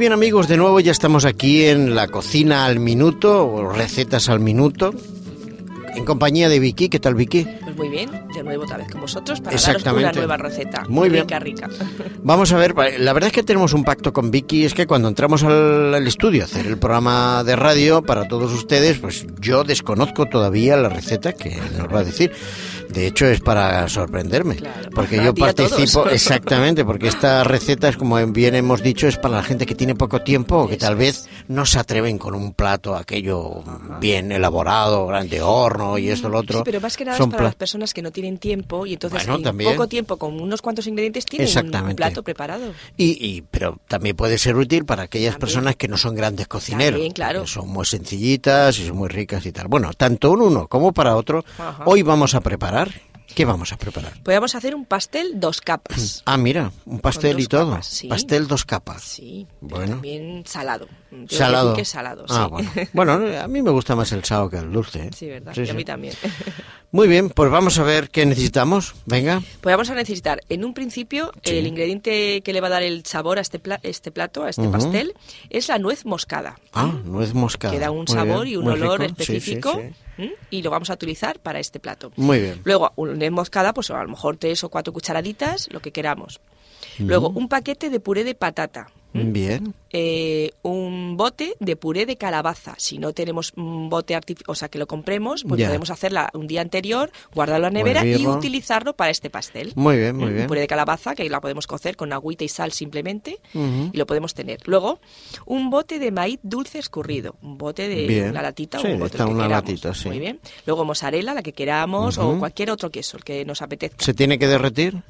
bien, amigos, de nuevo ya estamos aquí en la cocina al minuto, o recetas al minuto, en compañía de Vicky. ¿Qué tal, Vicky? Pues muy bien, de nuevo otra vez con vosotros para daros una nueva receta. Muy bien. Rica. Vamos a ver, la verdad es que tenemos un pacto con Vicky, es que cuando entramos al estudio a hacer el programa de radio para todos ustedes, pues yo desconozco todavía la receta que nos va a decir. De hecho, es para sorprenderme, claro, porque yo participo, exactamente, porque esta receta es, como bien hemos dicho, es para la gente que tiene poco tiempo o que tal vez no se atreven con un plato aquello bien elaborado, grande horno y esto, lo otro. Sí, pero más que nada es para las personas que no tienen tiempo y entonces en poco tiempo, con unos cuantos ingredientes, tienen un plato preparado. Pero también puede ser útil para aquellas personas que no son grandes cocineros. También, claro. Que son muy sencillitas y son muy ricas y tal. Bueno, tanto uno como para otro, hoy vamos a preparar. ¿Qué vamos a preparar? Pues vamos a hacer un pastel 2 capas. Ah, mira, un pastel y todo. Capas, sí. Pastel 2 capas. Sí, bueno. También salado. Salado. Que es salado, ah, sí. Bueno, a mí me gusta más el salado que el dulce. Sí, ¿verdad? Sí, y a mí también. Muy bien, pues vamos a ver qué necesitamos. Venga. Pues vamos a necesitar, en un principio, el ingrediente que le va a dar el sabor a este plato, a este pastel, es la nuez moscada. Ah, nuez moscada. Que da un sabor y un olor específico. Sí. Y lo vamos a utilizar para este plato. Muy bien. Luego, una nuez moscada, pues a lo mejor 3 o 4 cucharaditas, lo que queramos. Luego, un paquete de puré de patata. Bien. Un bote de puré de calabaza. Si no tenemos un bote o sea, que lo compremos, pues podemos hacerla un día anterior, guardarlo en la nevera y utilizarlo para este pastel. Muy bien, muy bien. Un puré de calabaza, que la podemos cocer con agüita y sal simplemente, y lo podemos tener. Luego, un bote de maíz dulce escurrido. Un bote de una latita o un bote que queramos. Latita, sí. Muy bien. Luego, mozzarella, la que queramos, o cualquier otro queso, el que nos apetezca. ¿Se tiene que derretir?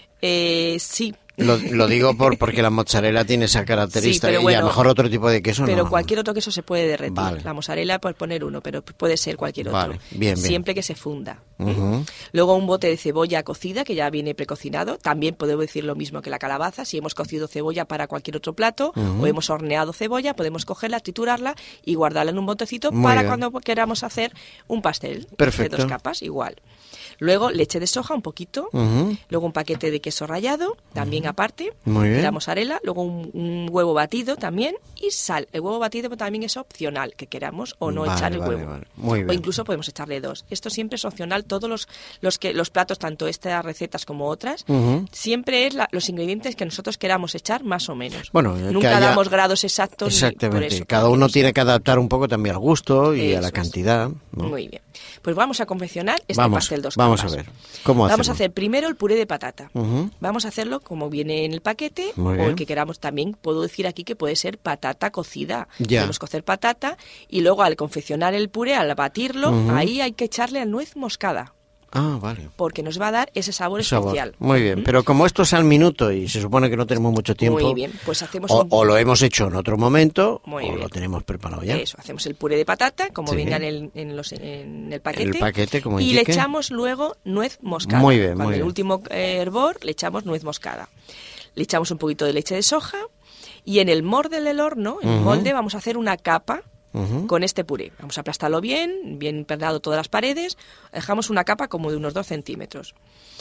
Sí. Lo digo porque la mozzarella tiene esa característica, y a lo mejor otro tipo de queso pero no. Cualquier otro queso se puede derretir. Vale. La mozzarella, pues poner uno, pero puede ser cualquier otro. Bien. Siempre que se funda. Luego un bote de cebolla cocida, que ya viene precocinado. También podemos decir lo mismo que la calabaza. Si hemos cocido cebolla para cualquier otro plato o hemos horneado cebolla, podemos cogerla, triturarla y guardarla en un botecito cuando queramos hacer un pastel. Perfecto. De 2 capas, igual. Luego leche de soja, un poquito. Luego un paquete de queso rallado, también aparte. Muy bien. La mozzarella. Luego un huevo batido también. Y sal. El huevo batido también es opcional, que queramos o no echar el huevo. Vale. Muy bien. O incluso podemos echarle 2. Esto siempre es opcional. Todos los platos, tanto estas recetas como otras, siempre es los ingredientes que nosotros queramos echar más o menos. Bueno, nunca damos grados exactos. Exactamente. Por eso, cada uno tiene que adaptar un poco también al gusto y a la cantidad, ¿no? Muy bien. Pues vamos a confeccionar pastel 2 capas. Vamos a ver. ¿Cómo hacemos? Vamos a hacer primero el puré de patata. Vamos a hacerlo como viene en el paquete, o el que queramos también. Puedo decir aquí que puede ser patata cocida. Podemos cocer patata y luego al confeccionar el puré, al batirlo, ahí hay que echarle nuez moscada. Ah, vale. Porque nos va a dar ese sabor especial. Muy bien, pero como esto es al minuto y se supone que no tenemos mucho tiempo, muy bien, pues hacemos o lo hemos hecho en otro momento, muy bien. Lo tenemos preparado ya. Eso, hacemos el puré de patata, como venga en el paquete. El paquete, como y indique. le echamos luego nuez moscada. Muy bien, Cuando muy el bien. último hervor le echamos nuez moscada. Le echamos un poquito de leche de soja y en el molde del horno, en el molde, vamos a hacer una capa con este puré. Vamos a aplastarlo bien impregnado todas las paredes. Dejamos una capa como de unos 2 centímetros.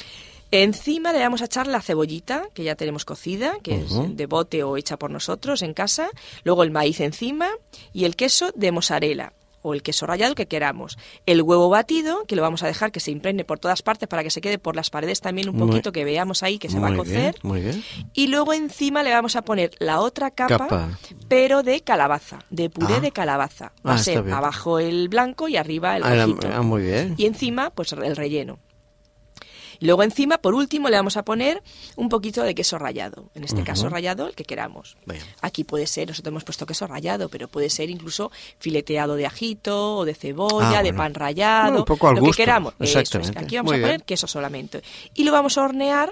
Encima le vamos a echar la cebollita, que ya tenemos cocida, que es de bote o hecha por nosotros en casa. Luego el maíz encima y el queso de mozzarella o el queso rallado que queramos. El huevo batido, que lo vamos a dejar que se impregne por todas partes para que se quede por las paredes también un poquito, que veamos ahí que se va a cocer. Muy bien. Y luego encima le vamos a poner la otra capa. Pero de calabaza, de puré de calabaza. Va a ser abajo el blanco y arriba el rojito. Muy bien. Y encima, pues el relleno. Y luego encima, por último, le vamos a poner un poquito de queso rallado. En este caso rallado, el que queramos. Bien. Aquí puede ser, nosotros hemos puesto queso rallado, pero puede ser incluso fileteado de ajito o de cebolla, de pan rallado, un poco al lo gusto. que queramos. Exactamente. Eso es. Aquí vamos a poner queso solamente. Y lo vamos a hornear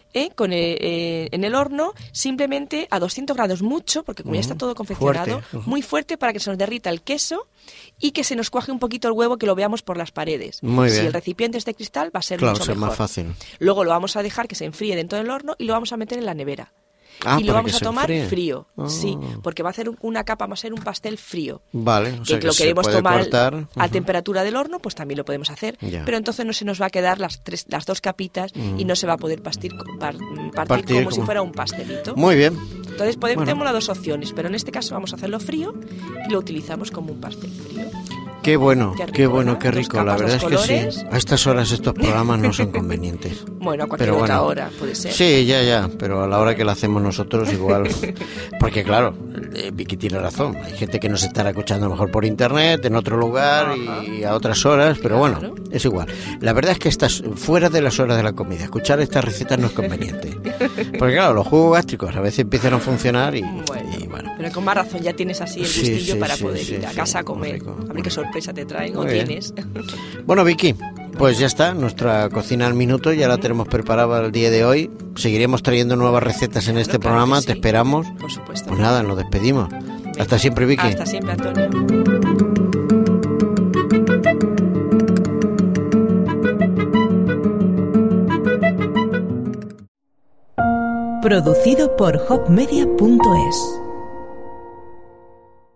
en el horno simplemente a 200 grados mucho, porque como ya está todo confeccionado, muy fuerte para que se nos derrita el queso y que se nos cuaje un poquito el huevo, que lo veamos por las paredes. Muy bien. Si el recipiente es de cristal va a ser mucho mejor. Más fácil. Luego lo vamos a dejar que se enfríe dentro del horno y lo vamos a meter en la nevera. Y lo vamos a tomar frío, sí, porque va a hacer una capa, va a ser un pastel frío. Vale, o sea que lo queremos tomar cortar. A temperatura del horno, pues también lo podemos hacer. Pero entonces no se nos va a quedar las 2 capitas y no se va a poder partir como si fuera un pastelito. Muy bien. Entonces tenemos las dos opciones, pero en este caso vamos a hacerlo frío y lo utilizamos como un pastel frío. Qué bueno, qué bueno, ¿no? qué rico. La verdad es que sí. A estas horas estos programas no son convenientes. Bueno, a cualquier otra hora puede ser. Sí, ya, pero a la hora que lo hacemos nosotros igual. Porque claro, Vicky tiene razón. Hay gente que nos estará escuchando a lo mejor por internet, en otro lugar y a otras horas, pero bueno, es igual. La verdad es que estás fuera de las horas de la comida. Escuchar estas recetas no es conveniente. Porque claro, los jugos gástricos a veces empiezan a funcionar y bueno. Pero con más razón ya tienes así el gustillo para poder ir a casa a comer. A ver qué sorpresa te traen o tienes. Bueno, Vicky, pues ya está, nuestra cocina al minuto ya la tenemos preparada el día de hoy. Seguiremos trayendo nuevas recetas en este programa, te esperamos. Por supuesto. Pues nada, nos despedimos. Hasta siempre, Vicky. Hasta siempre, Antonio. Producido por hopmedia.es